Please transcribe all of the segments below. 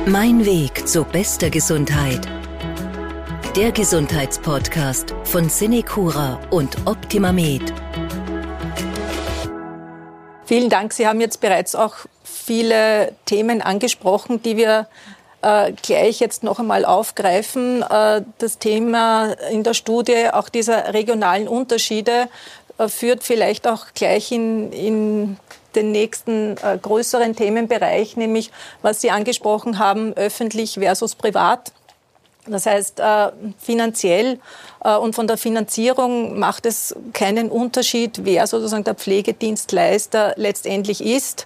Mein Weg zu bester Gesundheit. Der Gesundheitspodcast von Cinecura und OptimaMed. Vielen Dank. Sie haben jetzt bereits auch viele Themen angesprochen, die wir gleich jetzt noch einmal aufgreifen. Das Thema in der Studie auch dieser regionalen Unterschiede führt vielleicht auch gleich in den nächsten größeren Themenbereich, nämlich was Sie angesprochen haben, öffentlich versus privat. Das heißt, finanziell und von der Finanzierung macht es keinen Unterschied, wer sozusagen der Pflegedienstleister letztendlich ist.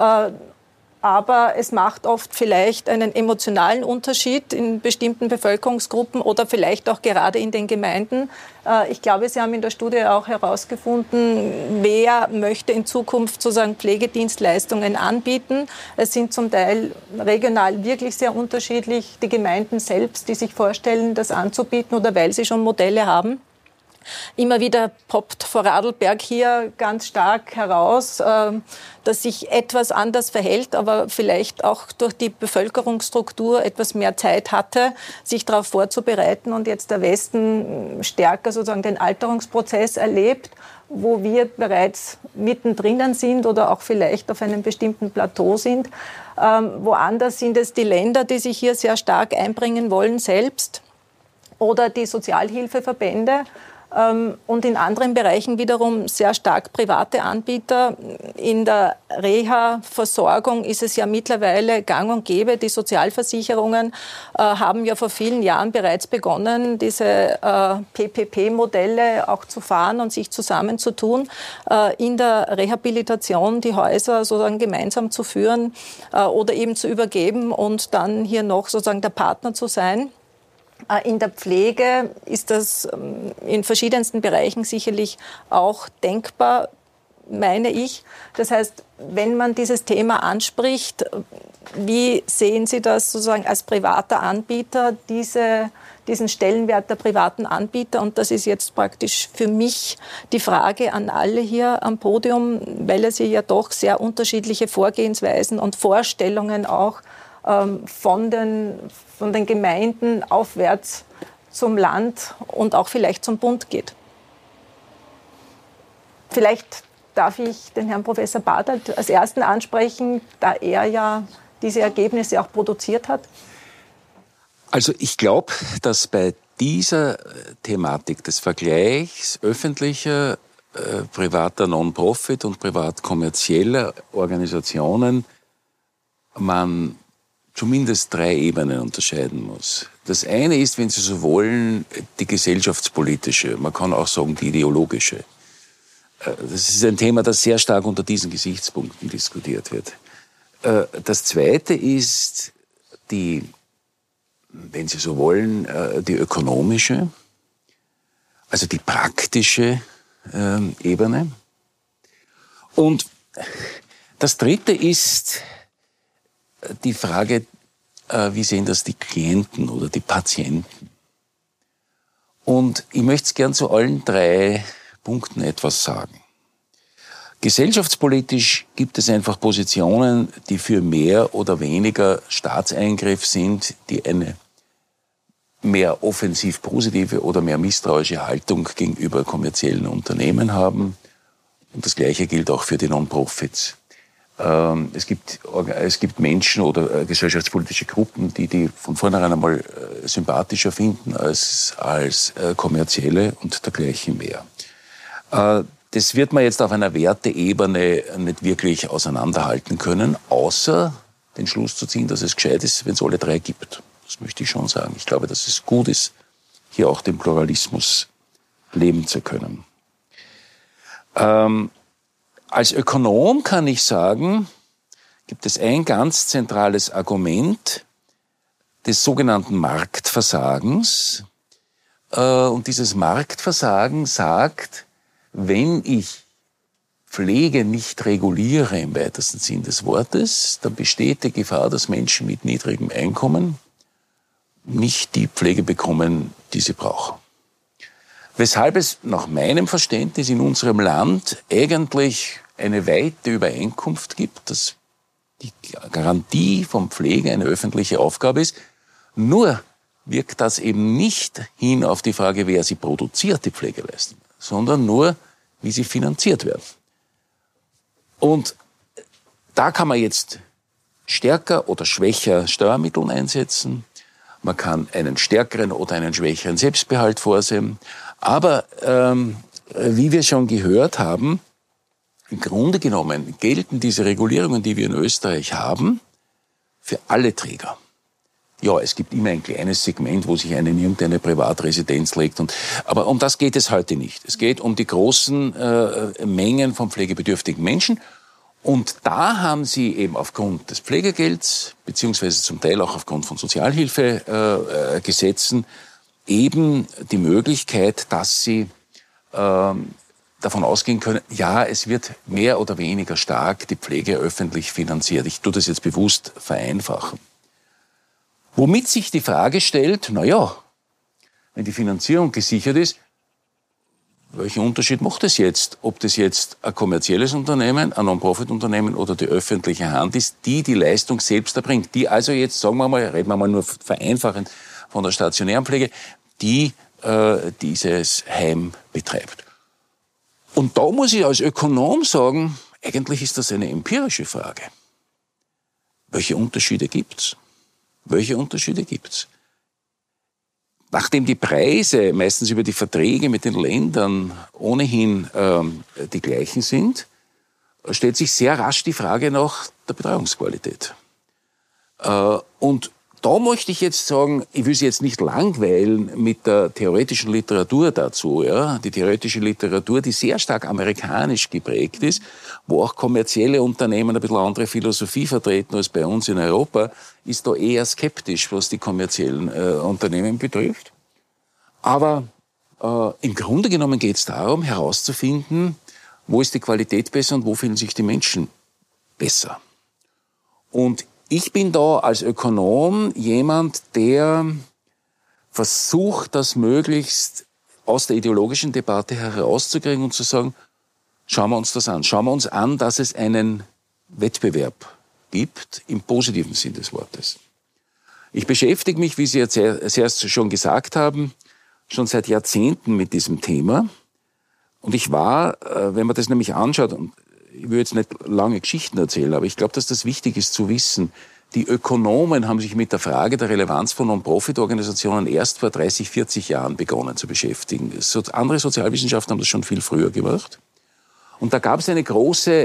Aber es macht oft vielleicht einen emotionalen Unterschied in bestimmten Bevölkerungsgruppen oder vielleicht auch gerade in den Gemeinden. Ich glaube, Sie haben in der Studie auch herausgefunden, wer möchte in Zukunft sozusagen Pflegedienstleistungen anbieten. Es sind zum Teil regional wirklich sehr unterschiedlich die Gemeinden selbst, die sich vorstellen, das anzubieten oder weil sie schon Modelle haben. Immer wieder poppt Vorarlberg hier ganz stark heraus, dass sich etwas anders verhält, aber vielleicht auch durch die Bevölkerungsstruktur etwas mehr Zeit hatte, sich darauf vorzubereiten und jetzt der Westen stärker sozusagen den Alterungsprozess erlebt, wo wir bereits mittendrin sind oder auch vielleicht auf einem bestimmten Plateau sind. Woanders sind es die Länder, die sich hier sehr stark einbringen wollen selbst oder die Sozialhilfeverbände. Und in anderen Bereichen wiederum sehr stark private Anbieter. In der Reha-Versorgung ist es ja mittlerweile gang und gäbe. Die Sozialversicherungen haben ja vor vielen Jahren bereits begonnen, diese PPP-Modelle auch zu fahren und sich zusammenzutun, in der Rehabilitation die Häuser sozusagen gemeinsam zu führen oder eben zu übergeben und dann hier noch sozusagen der Partner zu sein. In der Pflege ist das in verschiedensten Bereichen sicherlich auch denkbar, meine ich. Das heißt, wenn man dieses Thema anspricht, wie sehen Sie das sozusagen als privater Anbieter, diesen Stellenwert der privaten Anbieter? Und das ist jetzt praktisch für mich die Frage an alle hier am Podium, weil es ja doch sehr unterschiedliche Vorgehensweisen und Vorstellungen auch von den Gemeinden aufwärts zum Land und auch vielleicht zum Bund geht. Vielleicht darf ich den Herrn Professor Bartelt als Ersten ansprechen, da er ja diese Ergebnisse auch produziert hat. Also ich glaube, dass bei dieser Thematik des Vergleichs öffentlicher, privater Non-Profit und privat-kommerzieller Organisationen man zumindest 3 Ebenen unterscheiden muss. Das eine ist, wenn Sie so wollen, die gesellschaftspolitische, man kann auch sagen die ideologische. Das ist ein Thema, das sehr stark unter diesen Gesichtspunkten diskutiert wird. Das zweite ist die, wenn Sie so wollen, die ökonomische, also die praktische Ebene. Und das dritte ist die Frage, wie sehen das die Klienten oder die Patienten? Und ich möchte gern zu allen 3 Punkten etwas sagen. Gesellschaftspolitisch gibt es einfach Positionen, die für mehr oder weniger Staatseingriff sind, die eine mehr offensiv positive oder mehr misstrauische Haltung gegenüber kommerziellen Unternehmen haben. Und das Gleiche gilt auch für die Non-Profits. Es gibt Menschen oder gesellschaftspolitische Gruppen, die von vornherein einmal sympathischer finden als kommerzielle und dergleichen mehr. Das wird man jetzt auf einer Werteebene nicht wirklich auseinanderhalten können, außer den Schluss zu ziehen, dass es gescheit ist, wenn es alle 3 gibt. Das möchte ich schon sagen. Ich glaube, dass es gut ist, hier auch den Pluralismus leben zu können. Als Ökonom kann ich sagen, gibt es ein ganz zentrales Argument des sogenannten Marktversagens. Und dieses Marktversagen sagt, wenn ich Pflege nicht reguliere im weitesten Sinn des Wortes, dann besteht die Gefahr, dass Menschen mit niedrigem Einkommen nicht die Pflege bekommen, die sie brauchen. Weshalb es nach meinem Verständnis in unserem Land eigentlich eine weite Übereinkunft gibt, dass die Garantie von Pflege eine öffentliche Aufgabe ist. Nur wirkt das eben nicht hin auf die Frage, wer sie produziert, die Pflegeleistung, sondern nur, wie sie finanziert werden. Und da kann man jetzt stärker oder schwächer Steuermittel einsetzen. Man kann einen stärkeren oder einen schwächeren Selbstbehalt vorsehen. Aber wie wir schon gehört haben, im Grunde genommen gelten diese Regulierungen, die wir in Österreich haben, für alle Träger. Ja, es gibt immer ein kleines Segment, wo sich irgendeine Privatresidenz legt. Aber um das geht es heute nicht. Es geht um die großen Mengen von pflegebedürftigen Menschen. Und da haben sie eben aufgrund des Pflegegelds, beziehungsweise zum Teil auch aufgrund von Sozialhilfegesetzen, eben die Möglichkeit, dass sie davon ausgehen können, ja, es wird mehr oder weniger stark die Pflege öffentlich finanziert. Ich tue das jetzt bewusst vereinfachen. Womit sich die Frage stellt, na ja, wenn die Finanzierung gesichert ist, welchen Unterschied macht es jetzt, ob das jetzt ein kommerzielles Unternehmen, ein Non-Profit-Unternehmen oder die öffentliche Hand ist, die die Leistung selbst erbringt, die also jetzt, sagen wir mal, reden wir mal nur vereinfachend von der stationären Pflege, die dieses Heim betreibt. Und da muss ich als Ökonom sagen, eigentlich ist das eine empirische Frage. Welche Unterschiede gibt's? Welche Unterschiede gibt's? Nachdem die Preise meistens über die Verträge mit den Ländern ohnehin die gleichen sind, stellt sich sehr rasch die Frage nach der Betreuungsqualität. Und da möchte ich jetzt sagen, ich will Sie jetzt nicht langweilen mit der theoretischen Literatur dazu. Ja? Die theoretische Literatur, die sehr stark amerikanisch geprägt ist, wo auch kommerzielle Unternehmen ein bisschen andere Philosophie vertreten als bei uns in Europa, ist da eher skeptisch, was die kommerziellen Unternehmen betrifft. Aber im Grunde genommen geht es darum, herauszufinden, wo ist die Qualität besser und wo fühlen sich die Menschen besser. Und ich bin da als Ökonom jemand, der versucht, das möglichst aus der ideologischen Debatte herauszukriegen und zu sagen, schauen wir uns das an. Schauen wir uns an, dass es einen Wettbewerb gibt, im positiven Sinn des Wortes. Ich beschäftige mich, wie Sie jetzt erst schon gesagt haben, schon seit Jahrzehnten mit diesem Thema. Und ich war, wenn man das nämlich anschaut, und ich will jetzt nicht lange Geschichten erzählen, aber ich glaube, dass das wichtig ist zu wissen. Die Ökonomen haben sich mit der Frage der Relevanz von Non-Profit-Organisationen erst vor 30, 40 Jahren begonnen zu beschäftigen. Andere Sozialwissenschaften haben das schon viel früher gemacht. Und da gab es einen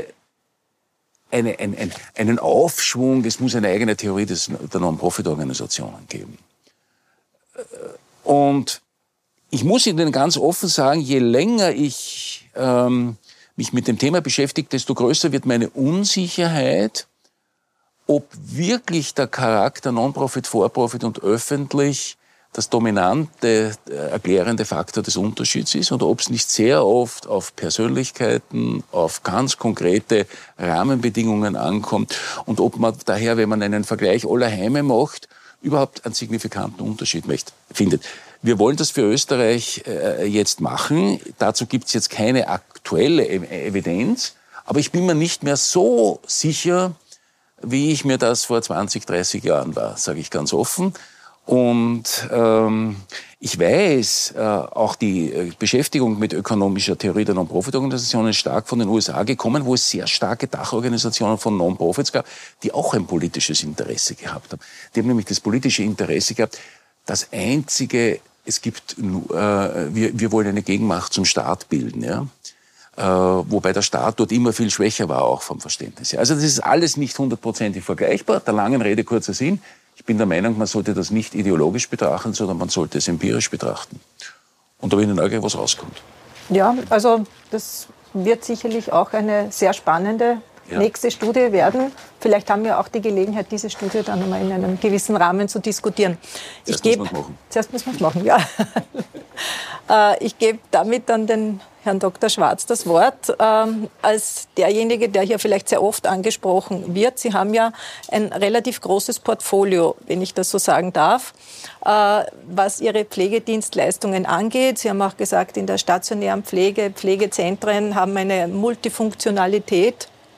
Aufschwung, es muss eine eigene Theorie der Non-Profit-Organisationen geben. Und ich muss Ihnen ganz offen sagen, je länger ich mich mit dem Thema beschäftigt, desto größer wird meine Unsicherheit, ob wirklich der Charakter Non-Profit, For-Profit und öffentlich das dominante, erklärende Faktor des Unterschieds ist oder ob es nicht sehr oft auf Persönlichkeiten, auf ganz konkrete Rahmenbedingungen ankommt und ob man daher, wenn man einen Vergleich aller Heime macht, überhaupt einen signifikanten Unterschied findet. Wir wollen das für Österreich jetzt machen. Dazu gibt es jetzt keine aktuelle Evidenz. Aber ich bin mir nicht mehr so sicher, wie ich mir das vor 20, 30 Jahren war, sage ich ganz offen. Und ich weiß, auch die Beschäftigung mit ökonomischer Theorie der Non-Profit-Organisationen ist stark von den USA gekommen, wo es sehr starke Dachorganisationen von Non-Profits gab, die auch ein politisches Interesse gehabt haben. Die haben nämlich das politische Interesse gehabt, das einzige, wir wollen eine Gegenmacht zum Staat bilden, ja. Wobei der Staat dort immer viel schwächer war, auch vom Verständnis her. Also das ist alles nicht 100%ig vergleichbar. Der langen Rede kurzer Sinn. Ich bin der Meinung, man sollte das nicht ideologisch betrachten, sondern man sollte es empirisch betrachten. Und da bin ich neugierig, was rauskommt. Ja, also das wird sicherlich auch eine sehr spannende nächste Studie werden. Vielleicht haben wir auch die Gelegenheit, diese Studie dann einmal in einem gewissen Rahmen zu diskutieren. Zuerst müssen wir es machen, ja. Ich gebe damit dann den Herrn Dr. Schwarz das Wort, als derjenige, der hier vielleicht sehr oft angesprochen wird. Sie haben ja ein relativ großes Portfolio, wenn ich das so sagen darf, was Ihre Pflegedienstleistungen angeht. Sie haben auch gesagt, in der stationären Pflege, Pflegezentren haben eine Multifunktionalität.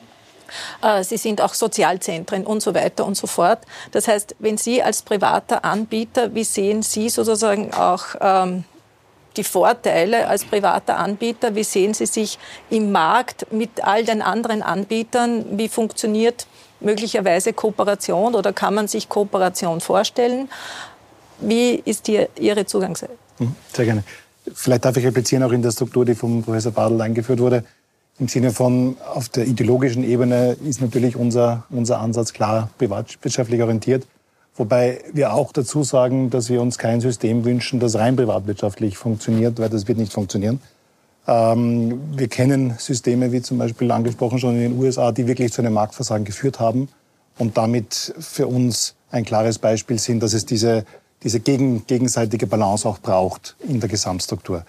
Sie sind auch Sozialzentren und so weiter und so fort. Das heißt, wenn Sie als privater Anbieter, wie sehen Sie sozusagen auch die Vorteile als privater Anbieter? Wie sehen Sie sich im Markt mit all den anderen Anbietern? Wie funktioniert möglicherweise Kooperation oder kann man sich Kooperation vorstellen? Wie ist Ihre Zugangsseite? Sehr gerne. Vielleicht darf ich replizieren auch in der Struktur, die vom Professor Badl eingeführt wurde. Im Sinne von, auf der ideologischen Ebene ist natürlich unser Ansatz klar privatwirtschaftlich orientiert. Wobei wir auch dazu sagen, dass wir uns kein System wünschen, das rein privatwirtschaftlich funktioniert, weil das wird nicht funktionieren. Wir kennen Systeme, wie zum Beispiel angesprochen schon in den USA, die wirklich zu einem Marktversagen geführt haben und damit für uns ein klares Beispiel sind, dass es diese gegenseitige Balance auch braucht in der Gesamtstruktur.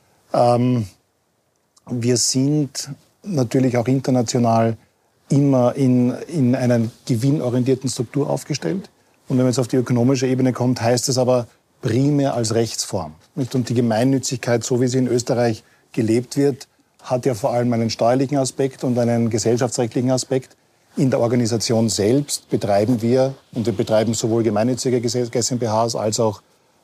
Wir sind natürlich auch international immer in einer gewinnorientierten Struktur aufgestellt. Und wenn man jetzt auf die ökonomische Ebene kommt, heißt es aber primär als Rechtsform. Und die Gemeinnützigkeit, so wie sie in Österreich gelebt wird, hat ja vor allem einen steuerlichen Aspekt und einen gesellschaftsrechtlichen Aspekt. In der Organisation selbst betreiben wir, und wir betreiben sowohl gemeinnützige GmbHs als auch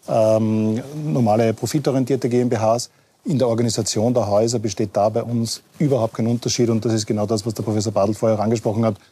normale profitorientierte GmbHs. In der Organisation der Häuser besteht da bei uns überhaupt kein Unterschied. Und das ist genau das, was der Professor Badl vorher auch angesprochen hat.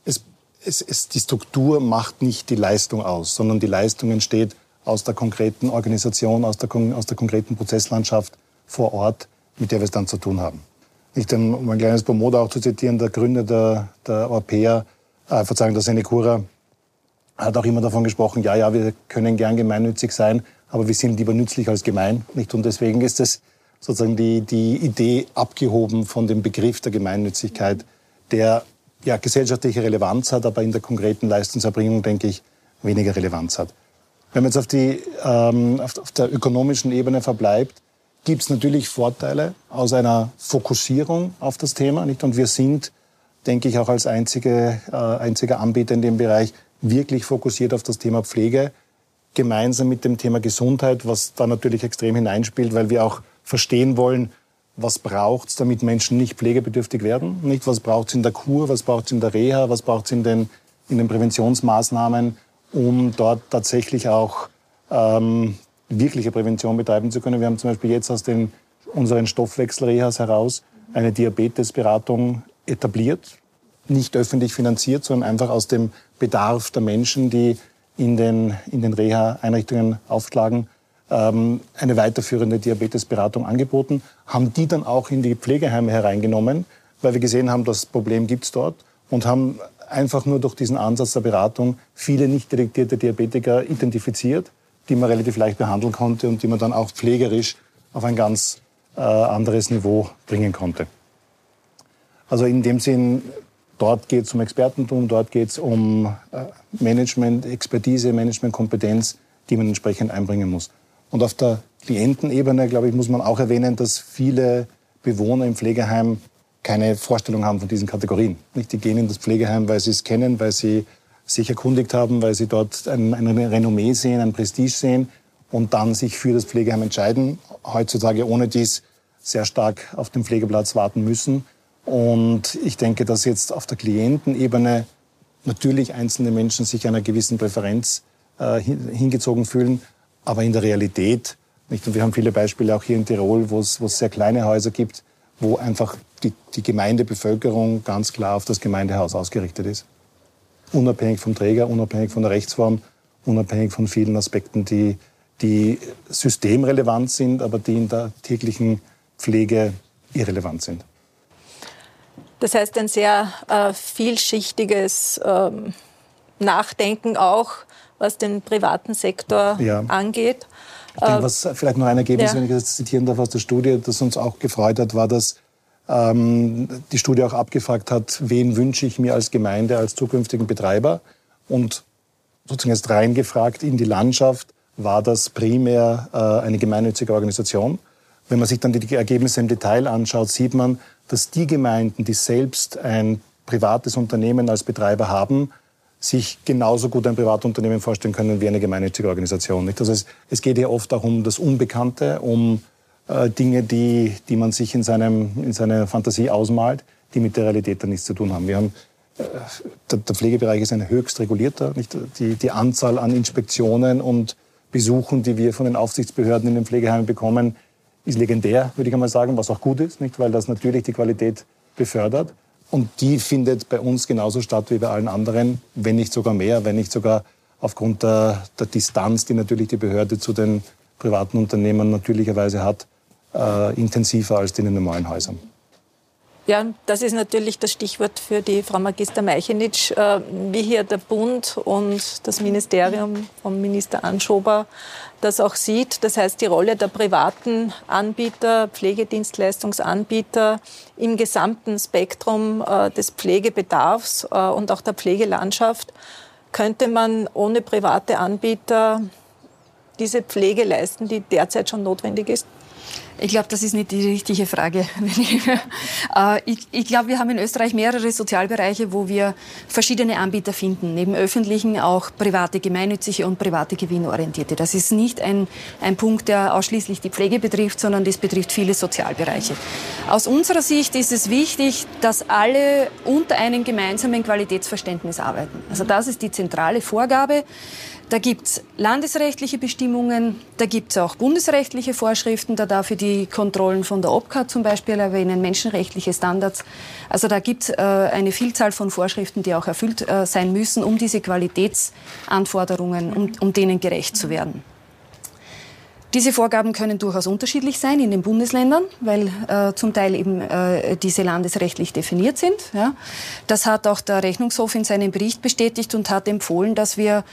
Die Struktur macht nicht die Leistung aus, sondern die Leistung entsteht aus der konkreten Organisation, aus der konkreten Prozesslandschaft vor Ort, mit der wir es dann zu tun haben. Um ein kleines Pomoda auch zu zitieren, der Gründer der Europäer, der Senecura, hat auch immer davon gesprochen, ja, wir können gern gemeinnützig sein, aber wir sind lieber nützlich als gemein. Und deswegen ist es sozusagen die Idee abgehoben von dem Begriff der Gemeinnützigkeit, der ja gesellschaftliche Relevanz hat, aber in der konkreten Leistungserbringung, denke ich, weniger Relevanz hat. Wenn man jetzt auf der ökonomischen Ebene verbleibt, gibt es natürlich Vorteile aus einer Fokussierung auf das Thema. Und wir sind, denke ich, auch als einziger Anbieter in dem Bereich wirklich fokussiert auf das Thema Pflege, gemeinsam mit dem Thema Gesundheit, was da natürlich extrem hineinspielt, weil wir auch verstehen wollen, was braucht es, damit Menschen nicht pflegebedürftig werden. Was braucht es in der Kur, was braucht es in der Reha, was braucht es in den Präventionsmaßnahmen, um dort tatsächlich auch wirkliche Prävention betreiben zu können. Wir haben zum Beispiel jetzt aus unseren Stoffwechselrehas heraus eine Diabetesberatung etabliert, nicht öffentlich finanziert, sondern einfach aus dem Bedarf der Menschen, die in den Reha-Einrichtungen aufschlagen, eine weiterführende Diabetesberatung angeboten, haben die dann auch in die Pflegeheime hereingenommen, weil wir gesehen haben, das Problem gibt es dort und haben einfach nur durch diesen Ansatz der Beratung viele nicht detektierte Diabetiker identifiziert, die man relativ leicht behandeln konnte und die man dann auch pflegerisch auf ein ganz anderes Niveau bringen konnte. Also in dem Sinn, dort geht es um Expertentum, dort geht es um Management, Expertise, Managementkompetenz, die man entsprechend einbringen muss. Und auf der Klientenebene, glaube ich, muss man auch erwähnen, dass viele Bewohner im Pflegeheim keine Vorstellung haben von diesen Kategorien. Die gehen in das Pflegeheim, weil sie es kennen, weil sie sich erkundigt haben, weil sie dort ein Renommee sehen, ein Prestige sehen und dann sich für das Pflegeheim entscheiden. Heutzutage ohne dies sehr stark auf den Pflegeplatz warten müssen. Und ich denke, dass jetzt auf der Klientenebene natürlich einzelne Menschen sich einer gewissen Präferenz hingezogen fühlen, aber in der Realität, und wir haben viele Beispiele auch hier in Tirol, wo es sehr kleine Häuser gibt, wo einfach die Gemeindebevölkerung ganz klar auf das Gemeindehaus ausgerichtet ist. Unabhängig vom Träger, unabhängig von der Rechtsform, unabhängig von vielen Aspekten, die systemrelevant sind, aber die in der täglichen Pflege irrelevant sind. Das heißt, ein sehr vielschichtiges Nachdenken auch, was den privaten Sektor angeht. Ich denke, was vielleicht noch ein Ergebnis, wenn ich das zitieren darf aus der Studie, das uns auch gefreut hat, war, dass die Studie auch abgefragt hat, wen wünsche ich mir als Gemeinde, als zukünftigen Betreiber. Und sozusagen jetzt reingefragt in die Landschaft, war das primär eine gemeinnützige Organisation. Wenn man sich dann die Ergebnisse im Detail anschaut, sieht man, dass die Gemeinden, die selbst ein privates Unternehmen als Betreiber haben, sich genauso gut ein Privatunternehmen vorstellen können wie eine gemeinnützige Organisation. Also es geht hier oft auch um das Unbekannte, um Dinge, die man sich in seiner Fantasie ausmalt, die mit der Realität dann nichts zu tun haben. Wir haben der Pflegebereich ist ein höchst regulierter. Nicht? Die Anzahl an Inspektionen und Besuchen, die wir von den Aufsichtsbehörden in den Pflegeheimen bekommen, ist legendär, würde ich einmal sagen, was auch gut ist, nicht? Weil das natürlich die Qualität befördert. Und die findet bei uns genauso statt wie bei allen anderen, wenn nicht sogar mehr, wenn nicht sogar aufgrund der Distanz, die natürlich die Behörde zu den privaten Unternehmen natürlicherweise hat, intensiver als in den normalen Häusern. Ja, das ist natürlich das Stichwort für die Frau Magister Meichenitsch, wie hier der Bund und das Ministerium vom Minister Anschober das auch sieht. Das heißt, die Rolle der privaten Anbieter, Pflegedienstleistungsanbieter im gesamten Spektrum des Pflegebedarfs und auch der Pflegelandschaft. Könnte man ohne private Anbieter diese Pflege leisten, die derzeit schon notwendig ist? Ich glaube, das ist nicht die richtige Frage. Ich glaube, wir haben in Österreich mehrere Sozialbereiche, wo wir verschiedene Anbieter finden. Neben öffentlichen auch private, gemeinnützige und private gewinnorientierte. Das ist nicht ein Punkt, der ausschließlich die Pflege betrifft, sondern das betrifft viele Sozialbereiche. Aus unserer Sicht ist es wichtig, dass alle unter einem gemeinsamen Qualitätsverständnis arbeiten. Also das ist die zentrale Vorgabe. Da gibt es landesrechtliche Bestimmungen, da gibt es auch bundesrechtliche Vorschriften, da darf ich die Kontrollen von der OPCA zum Beispiel erwähnen, menschenrechtliche Standards. Also da gibt es eine Vielzahl von Vorschriften, die auch erfüllt sein müssen, um diese Qualitätsanforderungen, um denen gerecht zu werden. Diese Vorgaben können durchaus unterschiedlich sein in den Bundesländern, weil zum Teil eben diese landesrechtlich definiert sind. Ja. Das hat auch der Rechnungshof in seinem Bericht bestätigt und hat empfohlen, dass wir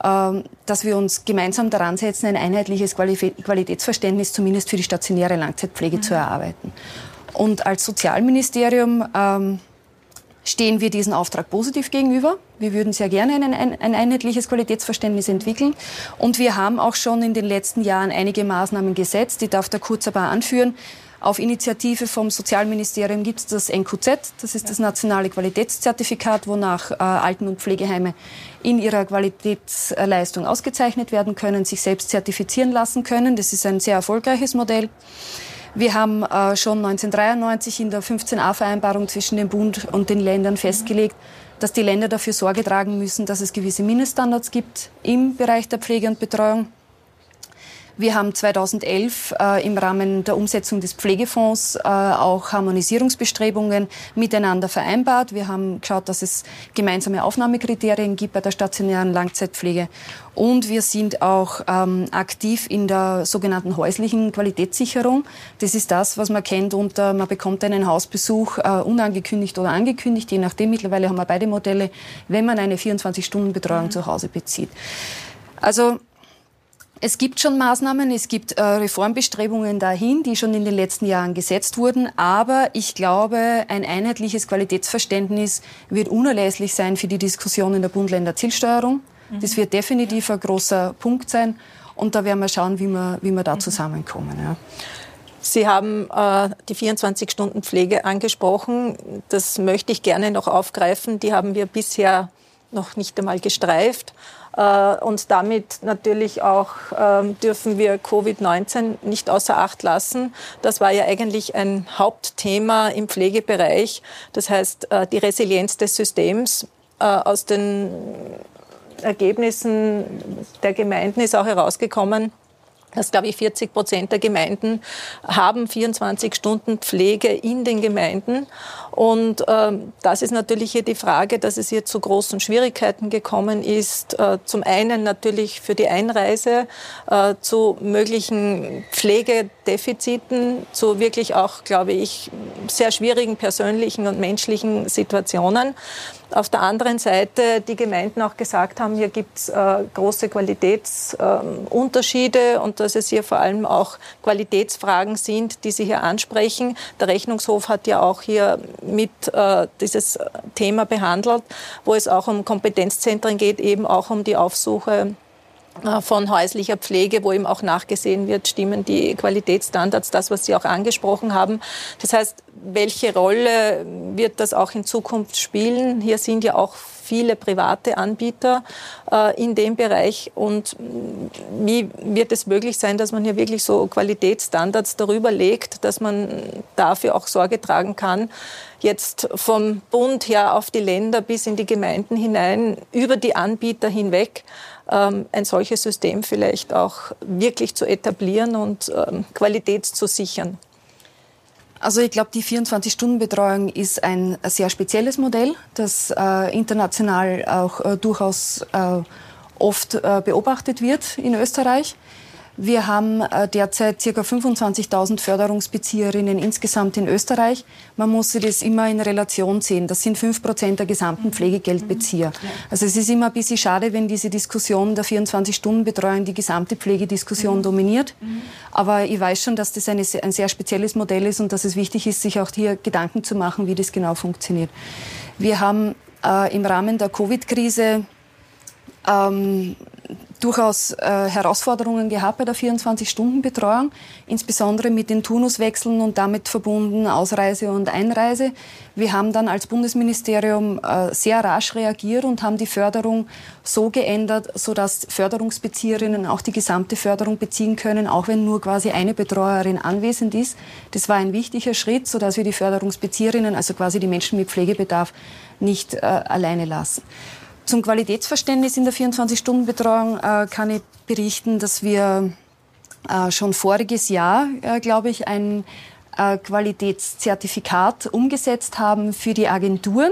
uns gemeinsam daran setzen, ein einheitliches Qualitätsverständnis zumindest für die stationäre Langzeitpflege zu erarbeiten. Und als Sozialministerium stehen wir diesem Auftrag positiv gegenüber. Wir würden sehr gerne ein einheitliches Qualitätsverständnis entwickeln. Und wir haben auch schon in den letzten Jahren einige Maßnahmen gesetzt. Ich darf da kurz ein paar anführen. Auf Initiative vom Sozialministerium gibt es das NQZ, das ist das nationale Qualitätszertifikat, wonach Alten- und Pflegeheime in ihrer Qualitätsleistung ausgezeichnet werden können, sich selbst zertifizieren lassen können. Das ist ein sehr erfolgreiches Modell. Wir haben schon 1993 in der 15a-Vereinbarung zwischen dem Bund und den Ländern festgelegt, dass die Länder dafür Sorge tragen müssen, dass es gewisse Mindeststandards gibt im Bereich der Pflege und Betreuung. Wir haben 2011 im Rahmen der Umsetzung des Pflegefonds auch Harmonisierungsbestrebungen miteinander vereinbart. Wir haben geschaut, dass es gemeinsame Aufnahmekriterien gibt bei der stationären Langzeitpflege. Und wir sind auch aktiv in der sogenannten häuslichen Qualitätssicherung. Das ist das, was man kennt unter, man bekommt einen Hausbesuch unangekündigt oder angekündigt, je nachdem. Mittlerweile haben wir beide Modelle, wenn man eine 24-Stunden-Betreuung zu Hause bezieht. Also es gibt schon Maßnahmen, es gibt Reformbestrebungen dahin, die schon in den letzten Jahren gesetzt wurden. Aber ich glaube, ein einheitliches Qualitätsverständnis wird unerlässlich sein für die Diskussion in der Bund-Länder-Zielsteuerung. Das wird definitiv ein großer Punkt sein. Und da werden wir schauen, wie wir da zusammenkommen. Ja. Sie haben die 24-Stunden-Pflege angesprochen. Das möchte ich gerne noch aufgreifen. Die haben wir bisher noch nicht einmal gestreift. Und damit natürlich auch dürfen wir Covid-19 nicht außer Acht lassen. Das war ja eigentlich ein Hauptthema im Pflegebereich. Das heißt, die Resilienz des Systems. Aus den Ergebnissen der Gemeinden ist auch herausgekommen, dass, glaube ich, 40% der Gemeinden haben 24 Stunden Pflege in den Gemeinden. Und das ist natürlich hier die Frage, dass es hier zu großen Schwierigkeiten gekommen ist. Zum einen natürlich für die Einreise, zu möglichen Pflegedefiziten, zu wirklich auch, glaube ich, sehr schwierigen persönlichen und menschlichen Situationen. Auf der anderen Seite die Gemeinden auch gesagt haben, hier gibt es große Qualitätsunterschiede und dass es hier vor allem auch Qualitätsfragen sind, die Sie hier ansprechen. Der Rechnungshof hat ja auch hier mit dieses Thema behandelt, wo es auch um Kompetenzzentren geht, eben auch um die Aufsuche von häuslicher Pflege, wo eben auch nachgesehen wird, stimmen die Qualitätsstandards, das, was Sie auch angesprochen haben. Das heißt, welche Rolle wird das auch in Zukunft spielen? Hier sind ja auch viele private Anbieter in dem Bereich. Und wie wird es möglich sein, dass man hier wirklich so Qualitätsstandards darüber legt, dass man dafür auch Sorge tragen kann, jetzt vom Bund her auf die Länder bis in die Gemeinden hinein, über die Anbieter hinweg, ein solches System vielleicht auch wirklich zu etablieren und Qualität zu sichern? Also ich glaube, die 24-Stunden-Betreuung ist ein sehr spezielles Modell, das international auch durchaus oft beobachtet wird in Österreich. Wir haben derzeit ca. 25.000 Förderungsbezieherinnen insgesamt in Österreich. Man muss sich das immer in Relation sehen. Das sind 5% der gesamten Pflegegeldbezieher. Also es ist immer ein bisschen schade, wenn diese Diskussion der 24-Stunden-Betreuung die gesamte Pflegediskussion dominiert. Aber ich weiß schon, dass das ein sehr spezielles Modell ist und dass es wichtig ist, sich auch hier Gedanken zu machen, wie das genau funktioniert. Wir haben im Rahmen der Covid-Krise durchaus Herausforderungen gehabt bei der 24-Stunden-Betreuung, insbesondere mit den Turnuswechseln und damit verbunden Ausreise und Einreise. Wir haben dann als Bundesministerium sehr rasch reagiert und haben die Förderung so geändert, sodass Förderungsbezieherinnen auch die gesamte Förderung beziehen können, auch wenn nur quasi eine Betreuerin anwesend ist. Das war ein wichtiger Schritt, sodass wir die Förderungsbezieherinnen, also quasi die Menschen mit Pflegebedarf, nicht alleine lassen. Zum Qualitätsverständnis in der 24-Stunden-Betreuung kann ich berichten, dass wir schon voriges Jahr, glaube ich, ein Qualitätszertifikat umgesetzt haben für die Agenturen.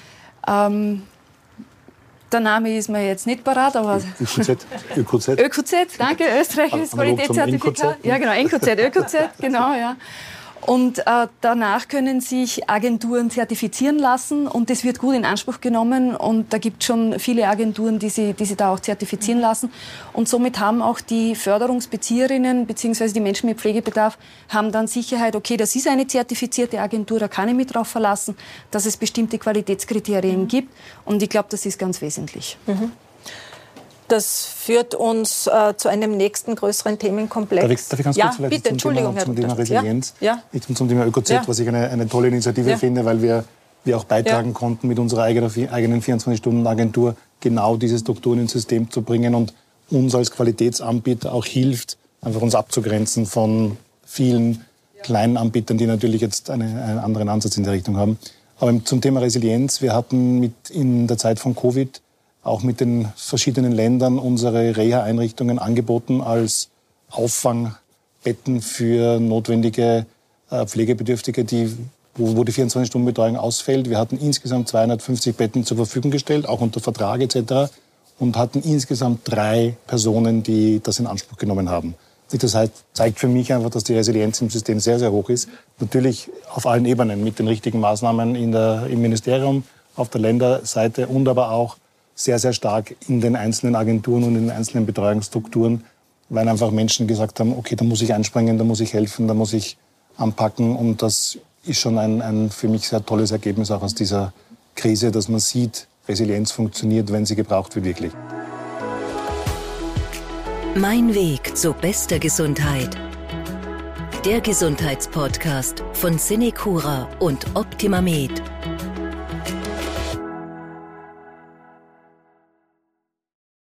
Der Name ist mir jetzt nicht parat, aber... ÖQZ, danke, österreichisches Qualitätszertifikat. Ja, genau, ÖQZ, genau, ja. Und danach können sich Agenturen zertifizieren lassen und das wird gut in Anspruch genommen und da gibt es schon viele Agenturen, die sie da auch zertifizieren lassen und somit haben auch die Förderungsbezieherinnen bzw. die Menschen mit Pflegebedarf haben dann Sicherheit, okay, das ist eine zertifizierte Agentur, da kann ich mich drauf verlassen, dass es bestimmte Qualitätskriterien gibt und ich glaube, das ist ganz wesentlich. Das führt uns zu einem nächsten größeren Themenkomplex. Darf ich ganz kurz vielleicht zum Thema Resilienz, zum Thema ÖQZ, was ich eine tolle Initiative finde, weil wir auch beitragen konnten, mit unserer eigenen 24-Stunden-Agentur genau diese Strukturen ins System zu bringen und uns als Qualitätsanbieter auch hilft, einfach uns abzugrenzen von vielen kleinen Anbietern, die natürlich jetzt einen anderen Ansatz in der Richtung haben. Aber zum Thema Resilienz, wir hatten in der Zeit von Covid auch mit den verschiedenen Ländern unsere Reha-Einrichtungen angeboten als Auffangbetten für notwendige Pflegebedürftige, wo die 24-Stunden-Betreuung ausfällt. Wir hatten insgesamt 250 Betten zur Verfügung gestellt, auch unter Vertrag etc. und hatten insgesamt 3 Personen, die das in Anspruch genommen haben. Das heißt, zeigt für mich einfach, dass die Resilienz im System sehr, sehr hoch ist. Natürlich auf allen Ebenen, mit den richtigen Maßnahmen im Ministerium, auf der Länderseite und aber auch sehr, sehr stark in den einzelnen Agenturen und in den einzelnen Betreuungsstrukturen, weil einfach Menschen gesagt haben, okay, da muss ich einspringen, da muss ich helfen, da muss ich anpacken. Und das ist schon ein für mich sehr tolles Ergebnis auch aus dieser Krise, dass man sieht, Resilienz funktioniert, wenn sie gebraucht wird wirklich. Mein Weg zu bester Gesundheit. Der Gesundheitspodcast von SeneCura und OptimaMed.